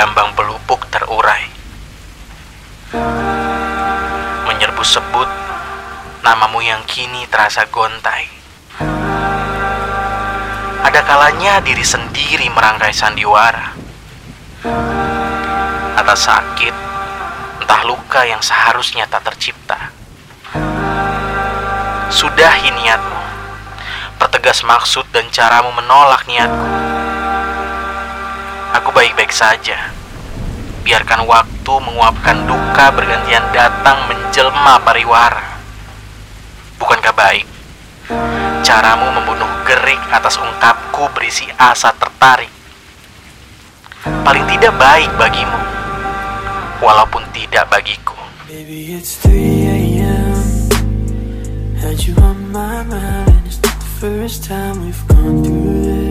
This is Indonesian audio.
Gambang pelupuk terurai. Menyerbu sebut namamu yang kini terasa gontai. Ada kalanya diri sendiri merangkai sandiwara atas sakit, entah luka yang seharusnya tak tercipta. Sudahi niatmu, pertegas maksud dan caramu menolak niatku. Aku baik-baik saja. Biarkan waktu menguapkan duka bergantian datang menjelma pariwara. Bukankah baik caramu membunuh gerik atas ungkapku berisi asa tertarik? Paling tidak baik bagimu, walaupun tidak bagiku. Baby, it's 3 a.m. Had you on my mind, and it's not the first time we've gone through this.